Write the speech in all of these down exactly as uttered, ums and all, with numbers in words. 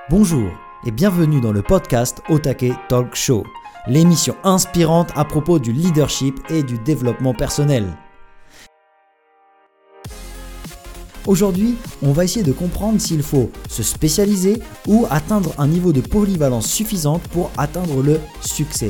Bonjour et bienvenue dans le podcast Otake Talk Show, l'émission inspirante à propos du leadership et du développement personnel. Aujourd'hui, on va essayer de comprendre s'il faut se spécialiser ou atteindre un niveau de polyvalence suffisante pour atteindre le succès.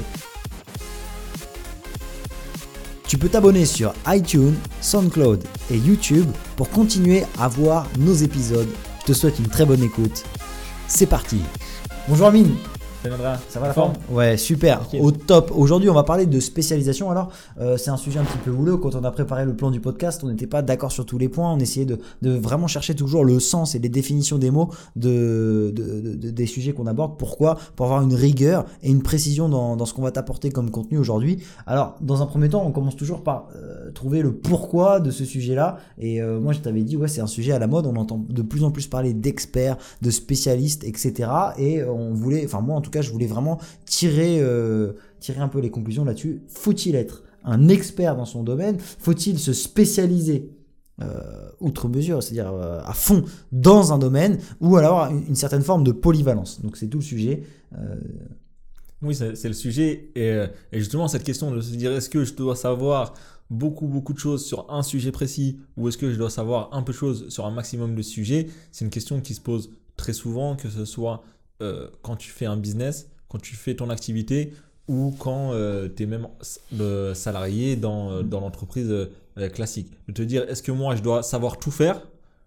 Tu peux t'abonner sur iTunes, SoundCloud et YouTube pour continuer à voir nos épisodes. Je te souhaite une très bonne écoute. C'est parti. Bonjour Amine. Salut Andrea, ça va la forme? Ouais, super, okay. Au top. Aujourd'hui, on va parler de spécialisation. Alors, euh, c'est un sujet un petit peu houleux. Quand on a préparé le plan du podcast, on n'était pas d'accord sur tous les points. On essayait de, de vraiment chercher toujours le sens et les définitions des mots de, de, de, de des sujets qu'on aborde. Pourquoi? Pour avoir une rigueur et une précision dans, dans ce qu'on va t'apporter comme contenu aujourd'hui. Alors, dans un premier temps, on commence toujours par euh, trouver le pourquoi de ce sujet-là. Et euh, moi, je t'avais dit, ouais, c'est un sujet à la mode. On entend de plus en plus parler d'experts, de spécialistes, et cetera. Et on voulait, enfin moi en tout cas, je voulais vraiment tirer, euh, tirer un peu les conclusions là-dessus. Faut-il être un expert dans son domaine? Faut-il se spécialiser euh, outre mesure, c'est-à-dire euh, à fond dans un domaine, ou alors une, une certaine forme de polyvalence? Donc c'est tout le sujet. Euh... Oui, c'est, c'est le sujet. Et, et justement, cette question de se dire, est-ce que je dois savoir beaucoup, beaucoup de choses sur un sujet précis, ou est-ce que je dois savoir un peu de choses sur un maximum de sujets? C'est une question qui se pose très souvent, que ce soit euh, quand tu fais un business, quand tu fais ton activité, ou quand euh, tu es même euh, salarié dans, euh, dans l'entreprise euh, classique. De te dire, est-ce que moi, je dois savoir tout faire,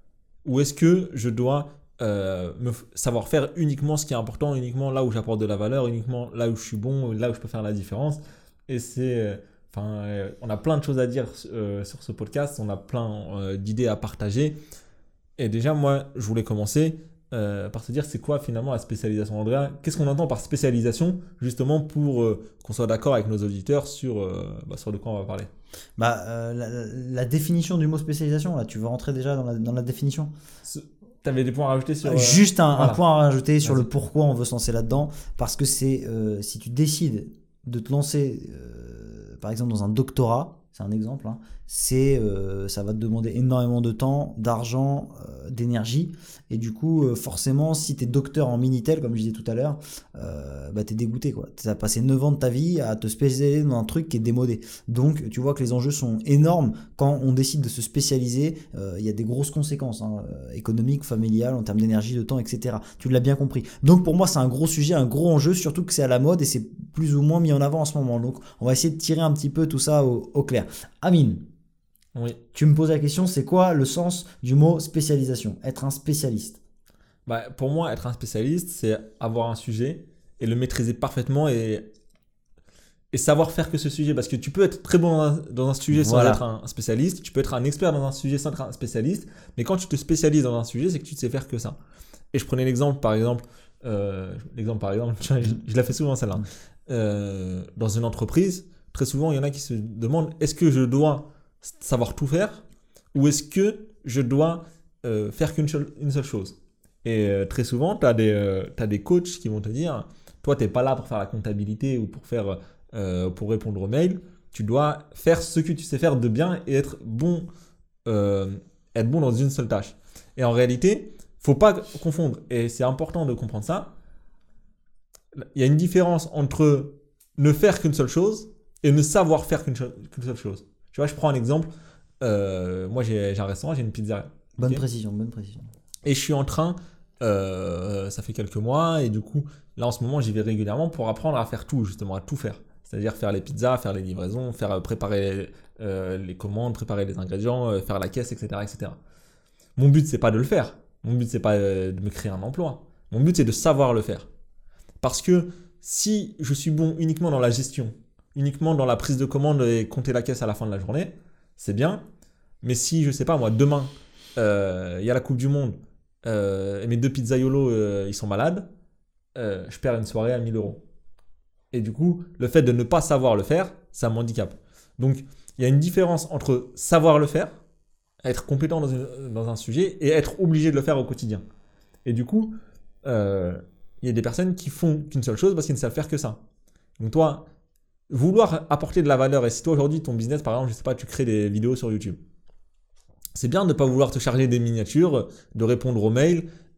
ou est-ce que je dois euh, me f- savoir faire uniquement ce qui est important, uniquement là où j'apporte de la valeur, uniquement là où je suis bon, là où je peux faire la différence. Et c'est... Euh, Enfin, euh, on a plein de choses à dire euh, sur ce podcast, on a plein euh, d'idées à partager. Et déjà, moi, je voulais commencer euh, par te dire, c'est quoi finalement la spécialisation, Andrea? Qu'est-ce qu'on entend par spécialisation, justement, pour euh, qu'on soit d'accord avec nos auditeurs sur, euh, bah, sur de quoi on va parler? Bah, euh, la, la définition du mot spécialisation, là, tu veux rentrer déjà dans la, dans la définition? Tu avais des points à rajouter sur... Euh, Juste un, voilà. un point à rajouter sur Vas-y. le pourquoi on veut se lancer là-dedans. Parce que c'est, euh, si tu décides de te lancer... Euh, par exemple dans un doctorat, c'est un exemple, hein, c'est, euh, ça va te demander énormément de temps, d'argent, euh, d'énergie, et du coup euh, forcément si tu es docteur en Minitel comme je disais tout à l'heure, euh, bah, tu es dégoûté, quoi. Tu as passé neuf ans de ta vie à te spécialiser dans un truc qui est démodé, donc tu vois que les enjeux sont énormes quand on décide de se spécialiser. Il euh, y a des grosses conséquences, hein, économiques, familiales, en termes d'énergie, de temps, etc. Tu l'as bien compris. Donc pour moi c'est un gros sujet, un gros enjeu, surtout que c'est à la mode et c'est plus ou moins mis en avant en ce moment, donc on va essayer de tirer un petit peu tout ça au, au clair. Amine, oui. Tu me poses la question, c'est quoi le sens du mot spécialisation? Être un spécialiste? Bah, pour moi, être un spécialiste, c'est avoir un sujet et le maîtriser parfaitement et, et savoir faire que ce sujet. Parce que tu peux être très bon dans un, dans un sujet Voilà. sans être un, un spécialiste, tu peux être un expert dans un sujet sans être un spécialiste, mais quand tu te spécialises dans un sujet, c'est que tu ne sais faire que ça. Et je prenais l'exemple, par exemple, euh, l'exemple par exemple, je, je la fais souvent celle-là. Euh, dans une entreprise, très souvent, il y en a qui se demandent, est-ce que je dois savoir tout faire ou est-ce que je dois euh, faire qu'une seule, une seule chose? Et euh, très souvent, tu as des, euh, t'as des coachs qui vont te dire, toi, tu n'es pas là pour faire la comptabilité ou pour, faire, euh, pour répondre aux mails, tu dois faire ce que tu sais faire de bien et être bon, euh, être bon dans une seule tâche. Et en réalité, il ne faut pas confondre, et c'est important de comprendre ça, il y a une différence entre ne faire qu'une seule chose et ne savoir faire qu'une, cho- qu'une seule chose. Tu vois, je prends un exemple. Euh, moi, j'ai, j'ai un restaurant, j'ai une pizzeria. Bonne Okay. précision, bonne précision. Et je suis en train, euh, ça fait quelques mois, et du coup, là en ce moment, j'y vais régulièrement pour apprendre à faire tout, justement, à tout faire. C'est-à-dire faire les pizzas, faire les livraisons, faire euh, préparer euh, les commandes, préparer les ingrédients, euh, faire la caisse, et cetera, et cetera. Mon but, c'est pas de le faire. Mon but, c'est pas euh, de me créer un emploi. Mon but, c'est de savoir le faire. Parce que si je suis bon uniquement dans la gestion, uniquement dans la prise de commande et compter la caisse à la fin de la journée, c'est bien. Mais si, je sais pas, moi, demain, il euh, y a la Coupe du Monde euh, et mes deux pizzaiolos, euh, ils sont malades, euh, je perds une soirée à mille euros. Et du coup, le fait de ne pas savoir le faire, ça m'handicape. Donc, il y a une différence entre savoir le faire, être compétent dans, une, dans un sujet et être obligé de le faire au quotidien. Et du coup, euh, il y a des personnes qui font qu'une seule chose parce qu'ils ne savent faire que ça. Donc toi, vouloir apporter de la valeur, et si toi aujourd'hui ton business, par exemple, je sais pas, tu crées des vidéos sur YouTube, c'est bien de ne pas vouloir te charger des miniatures, de répondre aux mails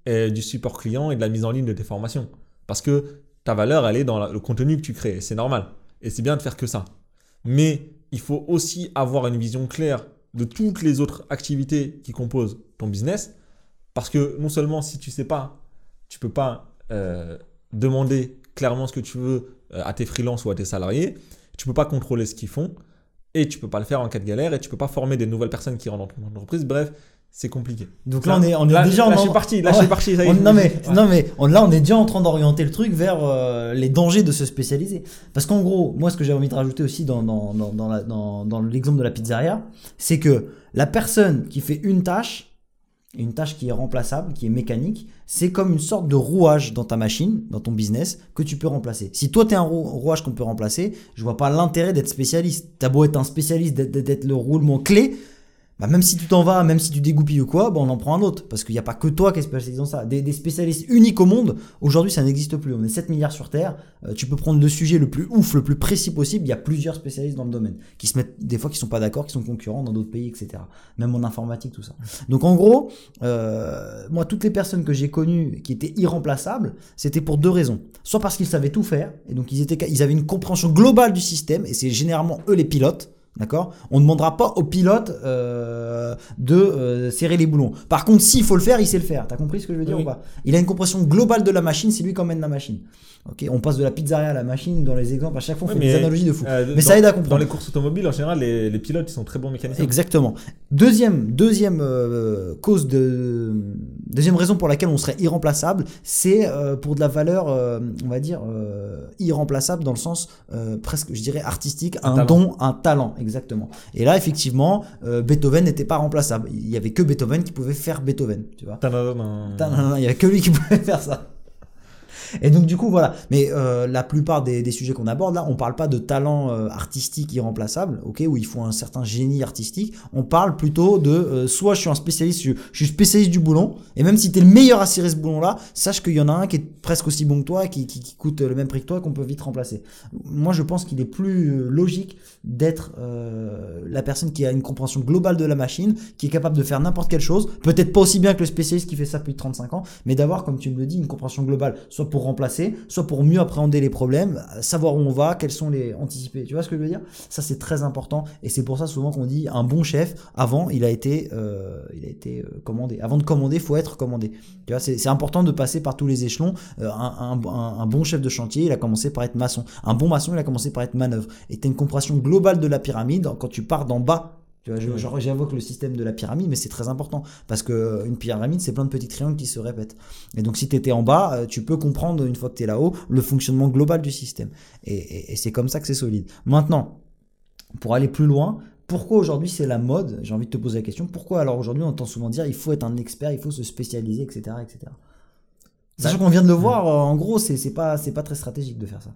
et du support client et de la mise en ligne de tes formations. Parce que ta valeur, elle est dans la, le contenu que tu crées. Et c'est normal. Et c'est bien de faire que ça. Mais il faut aussi avoir une vision claire de toutes les autres activités qui composent ton business. Parce que non seulement si tu ne sais pas, tu ne peux pas euh, demander clairement ce que tu veux euh, à tes freelances ou à tes salariés. Tu ne peux pas contrôler ce qu'ils font. Et tu ne peux pas le faire en cas de galère. Et tu ne peux pas former des nouvelles personnes qui rentrent dans ton entreprise. Bref, c'est compliqué. Donc là, on est, on est là, déjà là, en... je suis parti. Là, je suis parti. Ça y est, on, je non, mais, ouais. non, mais on, là, on est déjà en train d'orienter le truc vers euh, les dangers de se spécialiser. Parce qu'en gros, moi, ce que j'ai envie de rajouter aussi dans, dans, dans, dans, la, dans, dans l'exemple de la pizzeria, c'est que la personne qui fait une tâche, une tâche qui est remplaçable, qui est mécanique, c'est comme une sorte de rouage dans ta machine, dans ton business, que tu peux remplacer. Si toi, tu es un rou- rouage qu'on peut remplacer, je vois pas l'intérêt d'être spécialiste. Tu as beau être un spécialiste, d'être, d'être le roulement clé, bah même si tu t'en vas, même si tu dégoupilles ou quoi, bah on en prend un autre. Parce qu'il n'y a pas que toi qui es spécialisé dans ça. Des, des spécialistes uniques au monde, aujourd'hui ça n'existe plus. On est sept milliards sur Terre. Euh, tu peux prendre le sujet le plus ouf, le plus précis possible. Il y a plusieurs spécialistes dans le domaine qui se mettent, des fois qui sont pas d'accord, qui sont concurrents dans d'autres pays, et cetera. Même en informatique, tout ça. Donc en gros, euh, moi toutes les personnes que j'ai connues qui étaient irremplaçables, c'était pour deux raisons. Soit parce qu'ils savaient tout faire, et donc ils, étaient, ils avaient une compréhension globale du système, et c'est généralement eux les pilotes. D'accord ? On ne demandera pas au pilote euh, de euh, serrer les boulons. Par contre, s'il faut le faire, il sait le faire. T'as compris ce que je veux dire Oui. ou pas ? Il a une compréhension globale de la machine, c'est lui qui emmène la machine. Ok, on passe de la pizzeria à la machine dans les exemples. À chaque fois, on Ouais, fait mais, des analogies de fou. euh, mais dans, ça aide à comprendre. Dans les courses automobiles, en général, les, les pilotes ils sont très bons mécaniciens. Exactement. Deuxième, deuxième euh, cause de, deuxième raison pour laquelle on serait irremplaçable, c'est euh, pour de la valeur, euh, on va dire euh, irremplaçable dans le sens euh, presque, je dirais artistique, un, Un don, un talent, exactement. Et là, effectivement, euh, Beethoven n'était pas remplaçable. Il y avait que Beethoven qui pouvait faire Beethoven, tu vois. Tadadam. Tadadam, il y avait que lui qui pouvait faire ça. Et donc du coup voilà, mais euh, la plupart des, des sujets qu'on aborde là, on parle pas de talent euh, artistique irremplaçable, ok, où il faut un certain génie artistique. On parle plutôt de euh, soit je suis un spécialiste, je, je suis spécialiste du boulon, et même si t'es le meilleur à cirer ce boulon là, sache qu'il y en a un qui est presque aussi bon que toi, qui, qui, qui coûte le même prix que toi, qu'on peut vite remplacer. Moi je pense qu'il est plus euh, logique d'être euh, la personne qui a une compréhension globale de la machine, qui est capable de faire n'importe quelle chose, peut-être pas aussi bien que le spécialiste qui fait ça depuis trente-cinq ans, mais d'avoir, comme tu me le dis, une compréhension globale, soit pour remplacer, soit pour mieux appréhender les problèmes, savoir où on va, quels sont les anticipés. Tu vois ce que je veux dire ? Ça c'est très important, et c'est pour ça souvent qu'on dit un bon chef, avant il a été, euh, il a été euh, commandé. Avant de commander, faut être commandé. Tu vois, c'est, c'est important de passer par tous les échelons. Euh, un, un, un, un bon chef de chantier, il a commencé par être maçon. Un bon maçon, il a commencé par être manœuvre. Et tu as une compréhension globale de la pyramide quand tu pars d'en bas. Tu vois, je, genre, j'évoque le système de la pyramide, mais c'est très important parce que une pyramide, c'est plein de petits triangles qui se répètent. Et donc, si tu étais en bas, tu peux comprendre une fois que tu es là-haut le fonctionnement global du système. Et, et, et c'est comme ça que c'est solide. Maintenant, pour aller plus loin, pourquoi aujourd'hui c'est la mode ? J'ai envie de te poser la question. Pourquoi alors aujourd'hui on entend souvent dire il faut être un expert, il faut se spécialiser, et cetera, et cetera. Sachant qu'on vient de le voir, en gros, c'est, c'est pas, c'est pas très stratégique de faire ça.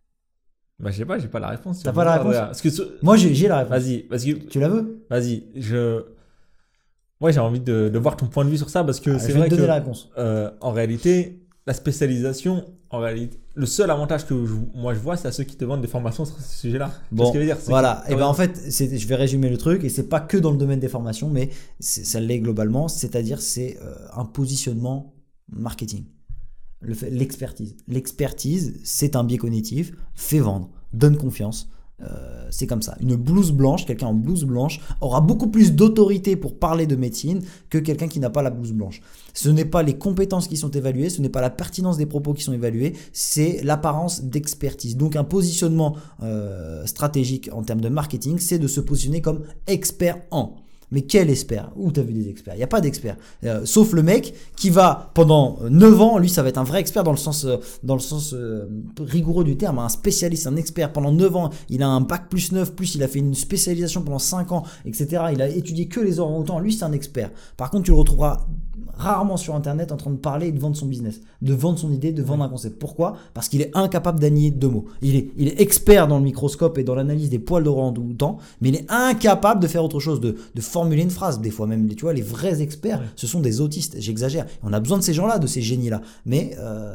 Bah, je sais pas, j'ai pas la réponse. T'as pas la réponse ? Parce que ce... Moi, j'ai, j'ai la réponse. Vas-y, parce que... Tu la veux ? Vas-y, je... Ouais, j'ai envie de, de voir ton point de vue sur ça parce que ah, c'est je vais vrai te donner que... la réponse. Euh, en réalité, la spécialisation, en réalité, le seul avantage que je, moi je vois, c'est à ceux qui te vendent des formations sur ce sujet-là. Bon, ce que je veux dire, c'est voilà. que... Et ben en fait, c'est, je vais résumer le truc, et c'est pas que dans le domaine des formations, mais c'est, ça l'est globalement. C'est-à-dire, c'est euh, un positionnement marketing. Le fait, l'expertise. L'expertise, c'est un biais cognitif. Fais vendre, donne confiance. Euh, c'est comme ça. Une blouse blanche, quelqu'un en blouse blanche aura beaucoup plus d'autorité pour parler de médecine que quelqu'un qui n'a pas la blouse blanche. Ce n'est pas les compétences qui sont évaluées, ce n'est pas la pertinence des propos qui sont évalués, c'est l'apparence d'expertise. Donc un positionnement euh, stratégique en termes de marketing, c'est de se positionner comme expert en. Mais quel expert ? Où t'as vu des experts ? Il n'y a pas d'experts. Euh, sauf le mec qui va, pendant neuf ans, lui ça va être un vrai expert dans le sens, euh, dans le sens euh, rigoureux du terme, un spécialiste, un expert. Pendant neuf ans, il a un bac plus neuf, plus il a fait une spécialisation pendant cinq ans, et cetera. Il a étudié que les orang-outans. Lui c'est un expert. Par contre, tu le retrouveras rarement sur internet en train de parler et de vendre son business, de vendre son idée, de vendre un concept. Pourquoi ? Parce qu'il est incapable d'anier deux mots. Il est, il est expert dans le microscope et dans l'analyse des poils d'orang-outan, mais il est incapable de faire autre chose, de, de formuler une phrase. Des fois même, tu vois, les vrais experts, ouais. Ce sont des autistes. J'exagère. On a besoin de ces gens-là, de ces génies-là, mais euh,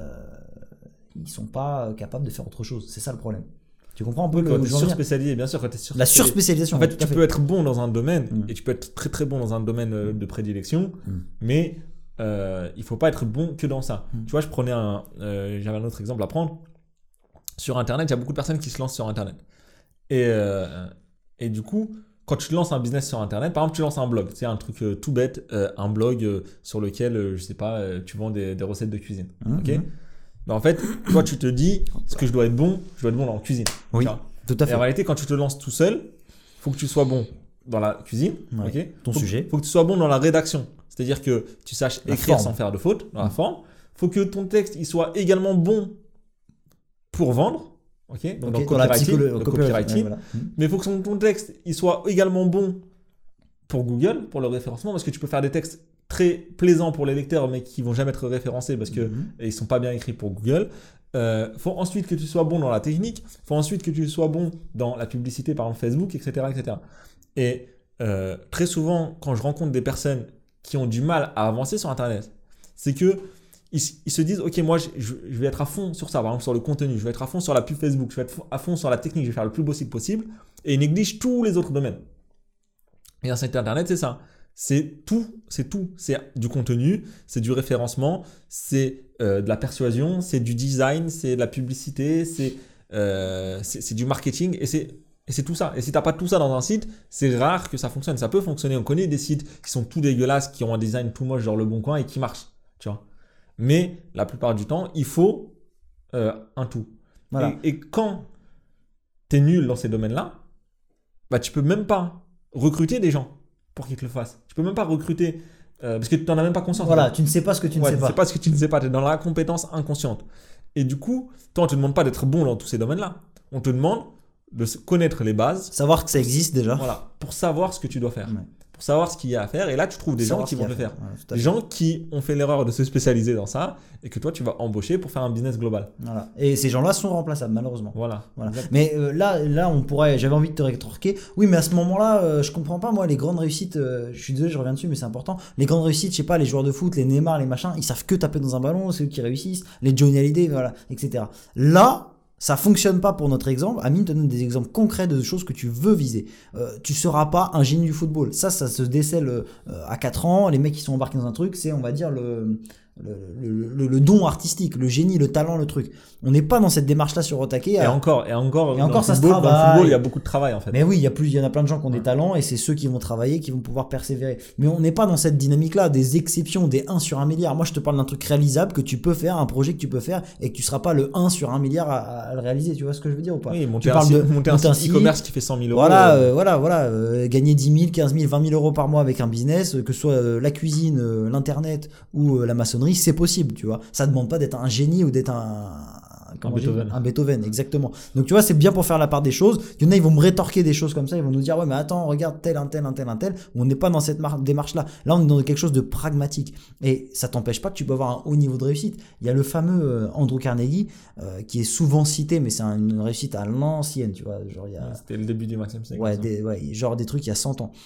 ils sont pas capables de faire autre chose. C'est ça le problème. Tu comprends un peu oui, le quand tu es surspécialisé, bien sûr, quand tu es surspécialisé. La surspécialisation. En fait, tu fait. peux être bon dans un domaine mmh. et tu peux être très très bon dans un domaine de prédilection, mmh. mais euh, il faut pas être bon que dans ça. Mm. Tu vois, je prenais un, euh, j'avais un autre exemple à prendre. Sur Internet, il y a beaucoup de personnes qui se lancent sur Internet. Et, euh, et du coup, quand tu lances un business sur Internet, par exemple, tu lances un blog, c'est un truc euh, tout bête, euh, un blog euh, sur lequel, euh, je sais pas, euh, tu vends des, des recettes de cuisine. Mm, Ok. mm. Ben, en fait, toi, tu te dis, ce que je dois être bon, je dois être bon dans la cuisine. Oui, tu vois. tout à Et fait. en réalité, quand tu te lances tout seul, il faut que tu sois bon dans la cuisine. Ouais. Ok. Ton faut, sujet. faut que tu sois bon dans la rédaction. C'est-à-dire que tu saches La écrire forme. sans faire de faute, dans la Mm. forme. faut que ton texte il soit également bon pour vendre. Ok. Donc, Ok, dans le la copywriting. psycholo- le copywriting, copywriting. ouais, voilà. Mm. Mais il faut que son- ton texte il soit également bon pour Google, pour le référencement, parce que tu peux faire des textes très plaisants pour les lecteurs, mais qui vont jamais être référencés parce que Mhm. ils sont pas bien écrits pour Google. Euh, faut ensuite que tu sois bon dans la technique, faut ensuite que tu sois bon dans la publicité, par exemple Facebook, et cetera, et cetera. Et euh, très souvent, quand je rencontre des personnes qui ont du mal à avancer sur Internet, c'est que ils, ils se disent, ok, moi, je, je vais être à fond sur ça, par exemple sur le contenu, je vais être à fond sur la pub Facebook, je vais être à fond sur la technique, je vais faire le plus beau site possible, et ils négligent tous les autres domaines. Et un site Internet, c'est ça. C'est tout, c'est tout. C'est du contenu, c'est du référencement, c'est euh, de la persuasion, c'est du design, c'est de la publicité, c'est euh, c'est c'est du marketing et c'est et c'est tout ça. Et si tu n'as pas tout ça dans un site, c'est rare que ça fonctionne. Ça peut fonctionner. On connaît des sites qui sont tout dégueulasses, qui ont un design tout moche, genre Le Bon Coin, et qui marchent. Tu vois. Mais la plupart du temps, il faut euh, un tout. Voilà. Et, et quand tu es nul dans ces domaines-là, bah, tu peux même pas recruter des gens pour qu'ils te le fassent. Tu peux même pas recruter euh, parce que tu n'en as même pas conscience. Voilà, tu ne sais pas ce que tu ne Ouais, sais tu pas. sais pas ce que tu ne sais pas. Tu es dans la compétence inconsciente. Et du coup, toi, on te demande pas d'être bon dans tous ces domaines-là. On te demande de connaître les bases. Savoir que ça existe déjà. Voilà, pour savoir ce que tu dois faire. Ouais. Pour savoir ce qu'il y a à faire. Et là, tu trouves des Savoir gens qui ce vont qu'il le y a à faire. Voilà, tout à Des fait. gens qui ont fait l'erreur de se spécialiser dans ça et que toi, tu vas embaucher pour faire un business global. Voilà. Et ces gens-là sont remplaçables, malheureusement. Voilà. Voilà. Exact. Mais euh, là, là, on pourrait. J'avais envie de te rétorquer. Oui, mais à ce moment-là, euh, je comprends pas. Moi, les grandes réussites. euh, je suis désolé, je reviens dessus, mais c'est important. Les grandes réussites, je sais pas, les joueurs de foot, les Neymar, les machins, ils savent que taper dans un ballon, c'est eux qui réussissent. Les Johnny Hallyday, voilà, et cetera. Là, ça fonctionne pas pour notre exemple. Amine te donne des exemples concrets de choses que tu veux viser. Euh, tu seras pas un génie du football. Ça, ça se décèle euh, à quatre ans. Les mecs qui sont embarqués dans un truc, c'est, on va dire, le, le, le, le, le don artistique, le génie, le talent, le truc. On n'est pas dans cette démarche-là sur Otake. Et encore, et encore, Et dans encore, le ça se football, dans le travaille. football, il y a beaucoup de travail en fait. Mais oui, il y a plus, il y en a plein de gens qui ont des Ouais. talents et c'est ceux qui vont travailler, qui vont pouvoir persévérer. Mais on n'est pas dans cette dynamique-là, des exceptions, des un sur un milliard. Moi, je te parle d'un truc réalisable que tu peux faire, un projet que tu peux faire et que tu seras pas le un sur un milliard à, à le réaliser. Tu vois ce que je veux dire ou pas? Oui, Tu monter un, parles site- de- monter un monter un site site, e-commerce qui fait cent mille euros. Voilà, euh, euh, voilà, voilà, euh, gagner dix mille, quinze mille, vingt mille euros par mois avec un business, euh, que ce soit euh, la cuisine, euh, l'internet ou euh, la maçonnerie, c'est possible, tu vois. Ça demande pas d'être un génie ou d'être un, comment on dit Beethoven. un Beethoven, exactement. Donc tu vois, c'est bien pour faire la part des choses. Il y en a, ils vont me rétorquer des choses comme ça, ils vont nous dire ouais, mais attends, regarde tel, un tel, un tel, un tel. On n'est pas dans cette mar- démarche-là. Là, on est dans quelque chose de pragmatique. Et ça t'empêche pas que tu peux avoir un haut niveau de réussite. Il y a le fameux euh, Andrew Carnegie euh, qui est souvent cité, mais c'est un- une réussite à l'ancienne, tu vois. Genre il y a C'était le début du Maxime Sieg. Ouais, ça. des, ouais, genre des trucs il y a cent ans.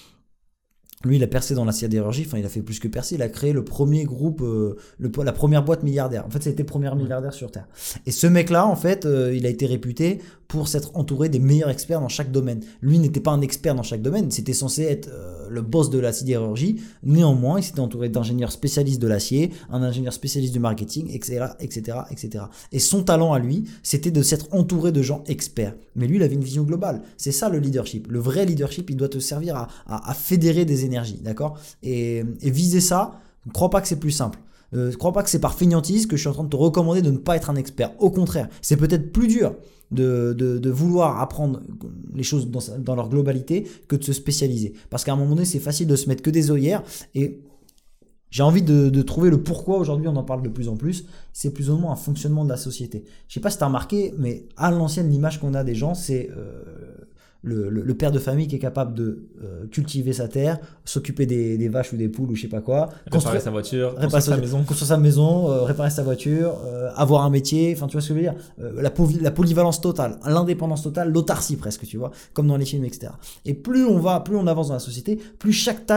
Lui, il a percé dans la sidérurgie, enfin, il a fait plus que percer, il a créé le premier groupe, euh, le, la première boîte milliardaire. En fait, c'était le premier milliardaire sur Terre. Et ce mec-là, en fait, euh, il a été réputé pour s'être entouré des meilleurs experts dans chaque domaine. Lui n'était pas un expert dans chaque domaine, c'était censé être euh, le boss de la sidérurgie. Néanmoins, il s'était entouré d'ingénieurs spécialistes de l'acier, un ingénieur spécialiste du marketing, et cetera, et cetera, et cetera. Et son talent à lui, c'était de s'être entouré de gens experts. Mais lui, il avait une vision globale. C'est ça le leadership. Le vrai leadership, il doit te servir à, à, à fédérer des énergies, d'accord ? et, et viser ça, ne crois pas que c'est plus simple. Euh, ne crois pas que c'est par fainéantise que je suis en train de te recommander de ne pas être un expert. Au contraire, c'est peut-être plus dur de, de, de vouloir apprendre les choses dans, dans leur globalité que de se spécialiser. Parce qu'à un moment donné, c'est facile de se mettre que des œillères. Et j'ai envie de, de trouver le pourquoi aujourd'hui on en parle de plus en plus. C'est plus ou moins un fonctionnement de la société. Je sais pas si tu as remarqué, mais à l'ancienne, l'image qu'on a des gens, c'est euh, le, le, le père de famille qui est capable de euh, cultiver sa terre, s'occuper des, des vaches ou des poules ou je sais pas quoi, Réparer construire sa voiture, réparer construire sa sa- maison. construire sa maison, euh, réparer sa voiture, euh, avoir un métier, enfin tu vois ce que je veux dire, euh, la, poly- la polyvalence totale, l'indépendance totale, l'autarcie presque, tu vois, comme dans les films, et cetera. Et plus on va, plus on avance dans la société, plus chaque tâche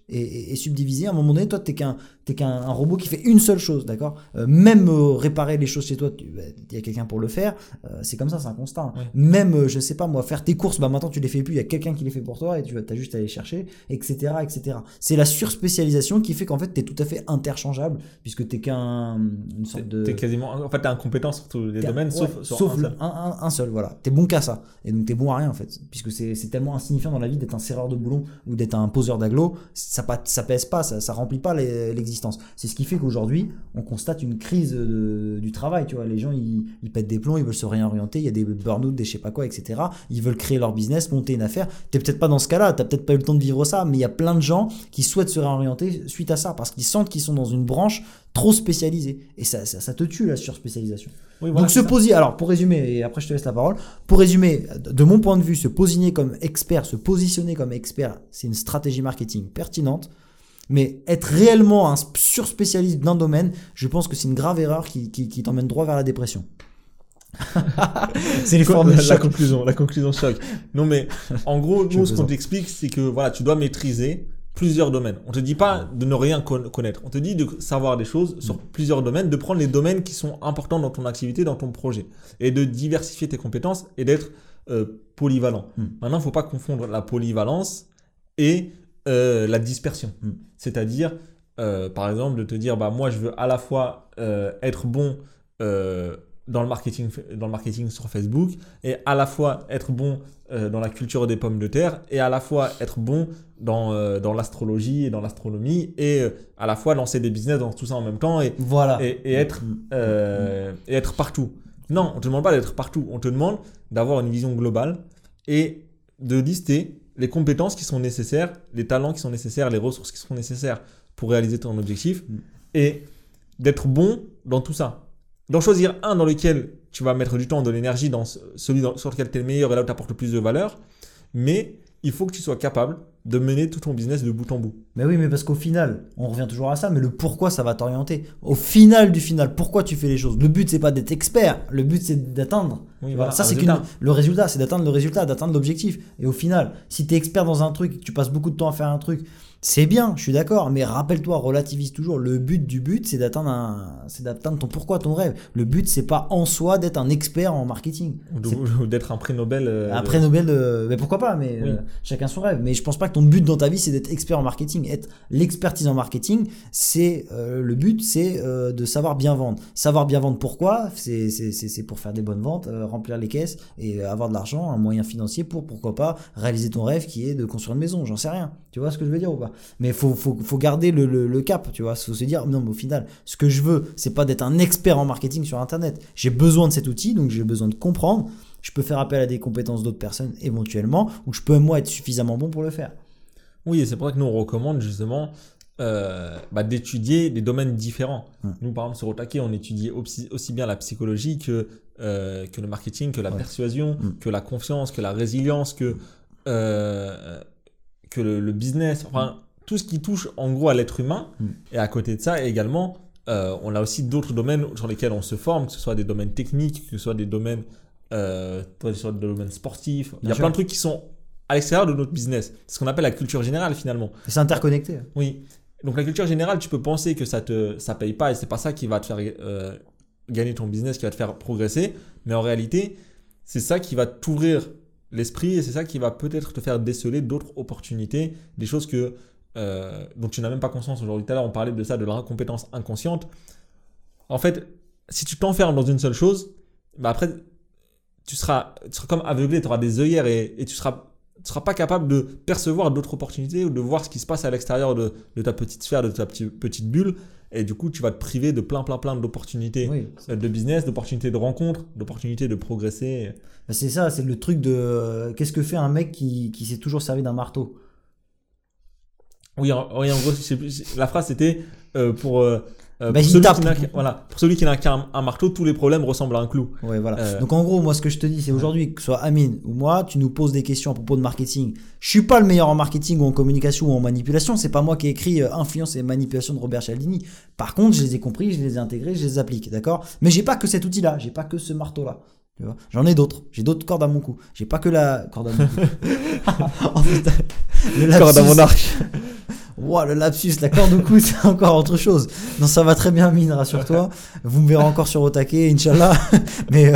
et, et, et subdivisé. À un moment donné, toi, t'es qu'un, t'es qu'un un robot qui fait une seule chose, d'accord. euh, Même euh, réparer les choses chez toi, il bah, y a quelqu'un pour le faire. Euh, c'est comme ça, c'est un constat. Hein. Ouais. Même, euh, je sais pas moi, faire tes courses, bah maintenant tu les fais plus, il y a quelqu'un qui les fait pour toi et tu as juste à les chercher, et cetera, et cetera. C'est la surspécialisation qui fait qu'en fait, t'es tout à fait interchangeable, puisque t'es qu'un une sorte T'es, de. t'es quasiment, en fait, t'es incompétent sur tous les T'es un- domaines, ouais, sauf sur sauf un le- seul. un, un, un seul, voilà. T'es bon qu'à ça. Et donc t'es bon à rien en fait. Puisque c'est, c'est tellement insignifiant dans la vie d'être un serreur de boulon ou d'être un poseur d'agglo, ça, pas- ça pèse pas, ça, ça remplit pas les- l'existence. C'est ce qui fait qu'aujourd'hui, on constate une crise de- du travail. Tu vois, les gens ils, ils pètent des plombs, ils veulent se réorienter, il y a des burn-out, des je sais pas quoi, et cetera. Ils veulent créer leur business, monter une affaire. T'es peut-être pas dans ce cas-là, t'as peut-être pas eu le temps de vivre ça, mais il y a plein de gens qui souhaitent se réorienter suite à ça parce qu'ils sentent qu'ils sont dans une branche trop spécialisée. Et ça, ça, ça te tue la surspécialisation. Oui, voilà, Donc se c'est ça. poser, alors pour résumer, et après je te laisse la parole, pour résumer, de mon point de vue, se positionner comme expert, se positionner comme expert, c'est une stratégie marketing pertinente, mais être réellement un surspécialiste d'un domaine, je pense que c'est une grave erreur qui, qui, qui t'emmène droit vers la dépression. C'est les Quoi, formules la, la choc. conclusion, la conclusion choc. Non mais en gros, Je nous ce qu'on plaisante. t'explique, c'est que voilà, tu dois maîtriser plusieurs domaines. On te dit pas de ne rien con- connaître. On te dit de savoir des choses sur plusieurs domaines, de prendre les domaines qui sont importants dans ton activité, dans ton projet, et de diversifier tes compétences et d'être euh, polyvalent. Mm. Maintenant, il faut pas confondre la polyvalence et euh, la dispersion. Mm. C'est-à-dire, euh, par exemple, de te dire, bah moi, je veux à la fois euh, être bon euh, dans le marketing, dans le marketing sur Facebook, et à la fois être bon euh, dans la culture des pommes de terre, et à la fois être bon dans, euh, dans l'astrologie et dans l'astronomie, et euh, à la fois lancer des business dans tout ça en même temps, et, Voilà. et, et être, Mm. euh, et être partout. Non, on te demande pas d'être partout, on te demande d'avoir une vision globale et de lister les compétences qui sont nécessaires, les talents qui sont nécessaires, les ressources qui sont nécessaires pour réaliser ton objectif, Mm. et d'être bon dans tout ça. D'en choisir un dans lequel tu vas mettre du temps, de l'énergie, dans ce- celui dans- sur lequel tu es le meilleur et là où tu apportes le plus de valeur, mais il faut que tu sois capable de mener tout ton business de bout en bout. Mais oui, mais parce qu'au final, on revient toujours à ça, mais le pourquoi ça va t'orienter. Au final du final, pourquoi tu fais les choses. Le but, c'est pas d'être expert, le but, c'est d'atteindre. Oui, Tu voilà, vois, ça, un c'est résultat. qu'une, le résultat, c'est d'atteindre le résultat, d'atteindre l'objectif. Et au final, si tu es expert dans un truc, que tu passes beaucoup de temps à faire un truc, c'est bien, je suis d'accord, mais rappelle-toi, relativise toujours. Le but du but, c'est d'atteindre, un, c'est d'atteindre ton pourquoi, ton rêve. Le but, c'est pas en soi d'être un expert en marketing. Ou, de- C'est- ou d'être un prix Nobel. euh, Un prix Nobel, de... mais pourquoi pas, mais Oui. euh, chacun son rêve. Mais je pense pas que ton but dans ta vie, c'est d'être expert en marketing. Être l'expertise en marketing, c'est euh, le but, c'est euh, de savoir bien vendre. Savoir bien vendre, pourquoi c'est, c'est, c'est, c'est pour faire des bonnes ventes, euh, remplir les caisses et euh, avoir de l'argent, un moyen financier pour, pourquoi pas, réaliser ton rêve qui est de construire une maison. J'en sais rien. Tu vois ce que je veux dire ou pas? Mais faut, faut, faut garder le, le, le cap, tu vois. Faut se dire, non, mais au final, ce que je veux, c'est pas d'être un expert en marketing sur Internet. J'ai besoin de cet outil, donc j'ai besoin de comprendre. Je peux faire appel à des compétences d'autres personnes éventuellement, ou je peux moi être suffisamment bon pour le faire. Oui, et c'est pour ça que nous, on recommande justement euh, bah, d'étudier des domaines différents. Hum. Nous, par exemple, sur Otake, on étudie aussi, aussi bien la psychologie que, euh, que le marketing, que la Ouais. persuasion, Hum. que la confiance, que la résilience, que, euh, que le, le business, enfin, tout ce qui touche en gros à l'être humain. Hum. Et à côté de ça, également, euh, on a aussi d'autres domaines sur lesquels on se forme, que ce soit des domaines techniques, que ce soit des domaines, euh, sur des domaines sportifs. Il y Bien a sûr. plein de trucs qui sont à l'extérieur de notre business. C'est ce qu'on appelle la culture générale finalement. Et c'est interconnecté. Oui. Donc la culture générale, tu peux penser que ça te ça paye pas et c'est pas ça qui va te faire euh, gagner ton business, qui va te faire progresser. Mais en réalité, c'est ça qui va t'ouvrir l'esprit et c'est ça qui va peut-être te faire déceler d'autres opportunités, des choses que euh, dont tu n'as même pas conscience aujourd'hui. Tout à l'heure, on parlait de ça, de l'incompétence inconsciente. En fait, si tu t'enfermes dans une seule chose, bah après, tu seras, tu seras comme aveuglé, tu auras des œillères et, et tu seras tu ne seras pas capable de percevoir d'autres opportunités ou de voir ce qui se passe à l'extérieur de, de ta petite sphère, de ta petite, petite bulle. Et du coup, tu vas te priver de plein, plein, plein d'opportunités Oui. de business, d'opportunités de rencontres, d'opportunités de progresser. Bah, c'est ça, c'est le truc de euh, qu'est-ce que fait un mec qui, qui s'est toujours servi d'un marteau. Oui, en, oui, en gros, je sais plus, la phrase c'était euh, pour, euh, euh, Bah, pour, il celui tape. qui n'a, voilà, pour celui qui n'a qu'un un marteau, tous les problèmes ressemblent à un clou. Ouais, voilà. Euh, Donc en gros, moi ce que je te dis, c'est aujourd'hui, que ce soit Amine ou moi, tu nous poses des questions à propos de marketing. Je suis pas le meilleur en marketing ou en communication ou en manipulation. C'est pas moi qui ai écrit euh, Influence et manipulation de Robert Cialdini. Par contre, je les ai compris, je les ai intégrés, je les applique, d'accord. Mais j'ai pas que cet outil-là, j'ai pas que ce marteau-là. Tu vois, j'en ai d'autres. J'ai d'autres cordes à mon cou. J'ai pas que la corde à mon cou. En fait, le Corde à lapsus- mon arc. Wow, le lapsus, la corde au cou, c'est encore autre chose. Non, ça va très bien, Mine, rassure-toi. Vous me verrez encore sur Otake, Inch'Allah. Mais... Euh...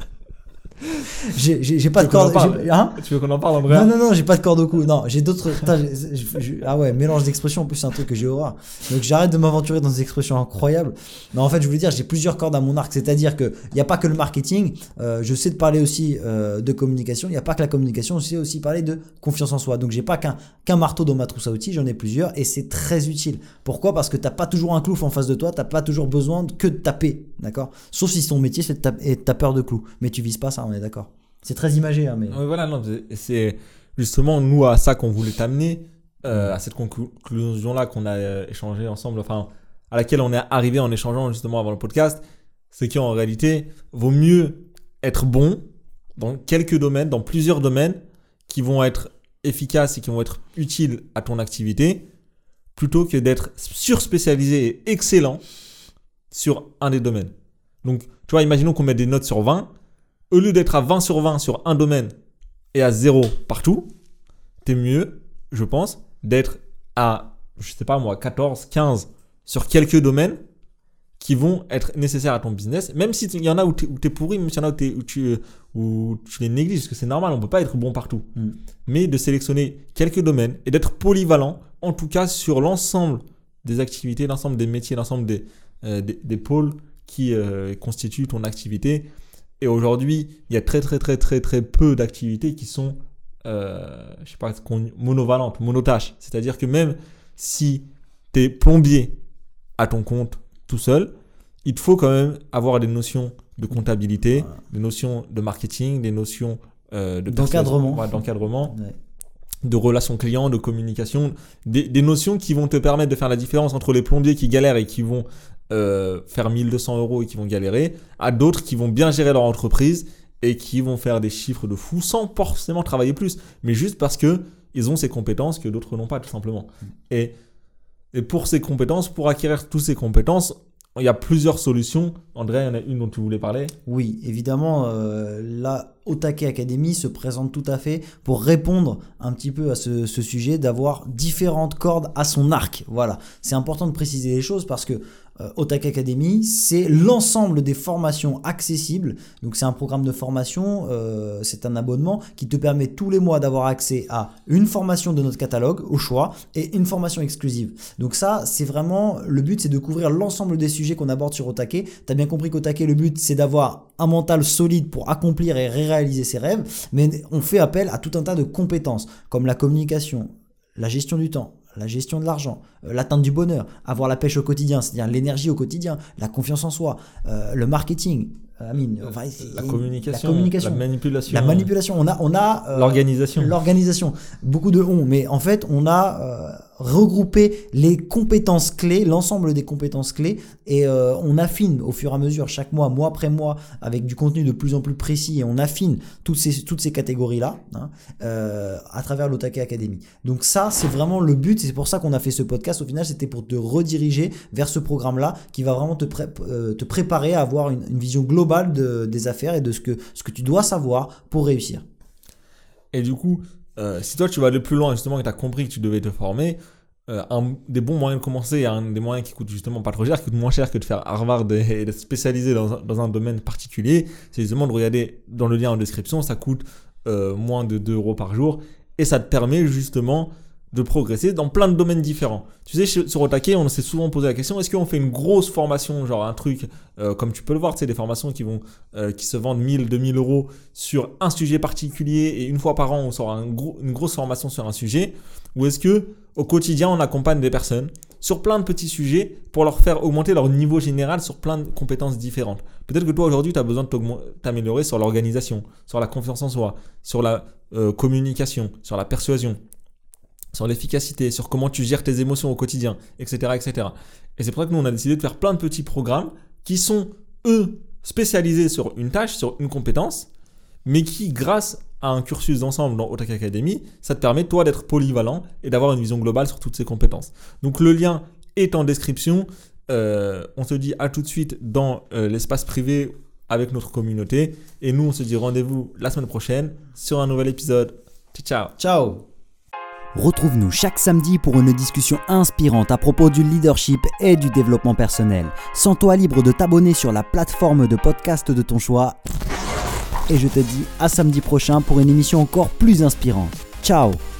J'ai, j'ai, j'ai pas de corde. Hein tu veux qu'on en parle en vrai? Non, non, non, j'ai pas de corde au cou. Non, j'ai d'autres. j'ai, j'ai, j'ai, ah ouais, mélange d'expressions. En plus, c'est un truc que j'ai horreur. Donc, j'arrête de m'aventurer dans des expressions incroyables. Non, en fait, je voulais dire, j'ai plusieurs cordes à mon arc. C'est-à-dire que il y a pas que le marketing. Euh, je sais de parler aussi euh, de communication. Il y a pas que la communication. Je sais aussi parler de confiance en soi. Donc, j'ai pas qu'un qu'un marteau dans ma trousse à outils. J'en ai plusieurs et c'est très utile. Pourquoi? Parce que t'as pas toujours un clouf en face de toi. T'as pas toujours besoin que de taper, d'accord? Sauf si ton métier c'est de taper, t'as peur de clous. Mais tu vises pas ça, on est d'accord. C'est très imagé, hein, mais... Oui, voilà, non, c'est justement nous à ça qu'on voulait t'amener, euh, à cette conclusion-là qu'on a euh, échangé ensemble, enfin, à laquelle on est arrivé en échangeant justement avant le podcast, c'est qu'en réalité, vaut mieux être bon dans quelques domaines, dans plusieurs domaines qui vont être efficaces et qui vont être utiles à ton activité, plutôt que d'être surspécialisé et excellent sur un des domaines. Donc, tu vois, imaginons qu'on met des notes sur vingt. Au lieu d'être à vingt sur vingt sur un domaine et à zéro partout, t'es mieux, je pense, d'être à, je sais pas moi, quatorze, quinze sur quelques domaines qui vont être nécessaires à ton business. Même s'il y en a où t'es, où t'es pourri, même s'il y en a où, t'es, où, tu, où tu les négliges, parce que c'est normal, on peut pas être bon partout. Mm. Mais de sélectionner quelques domaines et d'être polyvalent, en tout cas sur l'ensemble des activités, l'ensemble des métiers, l'ensemble des, euh, des, des pôles qui euh, constituent ton activité. Et aujourd'hui, il y a très très très très très peu d'activités qui sont, euh, je sais pas, monovalentes, monotâches. C'est-à-dire que même si tu es plombier à ton compte tout seul, il te faut quand même avoir des notions de comptabilité, voilà. Des notions de marketing, des notions euh, de d'encadrement, ouais, d'encadrement ouais. De relations clients, de communication, des, des notions qui vont te permettre de faire la différence entre les plombiers qui galèrent et qui vont Euh, faire mille deux cents euros et qui vont galérer, à d'autres qui vont bien gérer leur entreprise et qui vont faire des chiffres de fou sans forcément travailler plus, mais juste parce que ils ont ces compétences que d'autres n'ont pas, tout simplement. Et, et pour ces compétences, pour acquérir toutes ces compétences, il y a plusieurs solutions. André, il y en a une dont tu voulais parler? Oui, évidemment, euh, la Otake Academy se présente tout à fait pour répondre un petit peu à ce, ce sujet, d'avoir différentes cordes à son arc. Voilà, c'est important de préciser les choses parce que euh, Otake Academy, c'est l'ensemble des formations accessibles. Donc c'est un programme de formation, euh, c'est un abonnement qui te permet tous les mois d'avoir accès à une formation de notre catalogue au choix et une formation exclusive. Donc ça, c'est vraiment, le but c'est de couvrir l'ensemble des sujets qu'on aborde sur Otake. Tu as bien compris qu'Otake, le but c'est d'avoir un mental solide pour accomplir et réaliser ses rêves, mais on fait appel à tout un tas de compétences comme la communication, la gestion du temps, la gestion de l'argent, euh, l'atteinte du bonheur, avoir la pêche au quotidien, c'est-à-dire l'énergie au quotidien, la confiance en soi, euh, le marketing, euh, Amine, enfin, la, communication, la communication, la manipulation, la manipulation. On a, on a euh, l'organisation, l'organisation. Beaucoup de on, mais en fait, on a euh, regroupé les compétences clés, l'ensemble des compétences clés, et euh, on affine au fur et à mesure, chaque mois, mois après mois, avec du contenu de plus en plus précis, et on affine toutes ces toutes ces catégories-là hein, euh, à travers l'Otake Academy. Donc ça, c'est vraiment le but, et c'est pour ça qu'on a fait ce podcast. Au final, c'était pour te rediriger vers ce programme-là qui va vraiment te, pré euh, te préparer à avoir une, une vision globale de, des affaires et de ce que, ce que tu dois savoir pour réussir. Et du coup, euh, si toi tu vas aller plus loin, justement, que tu as compris que tu devais te former, euh, un des bons moyens de commencer, un des moyens qui coûtent justement pas trop cher, qui coûte moins cher que de faire Harvard et d'être spécialisé dans un, dans un domaine particulier, c'est justement de regarder dans le lien en description, ça coûte euh, moins de deux euros par jour et ça te permet justement de progresser dans plein de domaines différents. Tu sais, sur Otake, on s'est souvent posé la question, est-ce qu'on fait une grosse formation, genre un truc, euh, comme tu peux le voir, tu sais, des formations qui vont, euh, qui se vendent mille, deux mille euros sur un sujet particulier et une fois par an, on sort un gros, une grosse formation sur un sujet, ou est-ce que au quotidien, on accompagne des personnes sur plein de petits sujets pour leur faire augmenter leur niveau général sur plein de compétences différentes. Peut-être que toi, aujourd'hui, tu as besoin de t'améliorer sur l'organisation, sur la confiance en soi, sur la euh, communication, sur la persuasion, sur l'efficacité, sur comment tu gères tes émotions au quotidien, et cetera, et cetera. Et c'est pour ça que nous, on a décidé de faire plein de petits programmes qui sont, eux, spécialisés sur une tâche, sur une compétence, mais qui, grâce à un cursus d'ensemble dans Otake Academy, ça te permet, toi, d'être polyvalent et d'avoir une vision globale sur toutes ces compétences. Donc, le lien est en description. Euh, on se dit à tout de suite dans euh, l'espace privé avec notre communauté. Et nous, on se dit rendez-vous la semaine prochaine sur un nouvel épisode. Ciao, ciao. Ciao. Retrouve-nous chaque samedi pour une discussion inspirante à propos du leadership et du développement personnel. Sens-toi libre de t'abonner sur la plateforme de podcast de ton choix. Et je te dis à samedi prochain pour une émission encore plus inspirante. Ciao!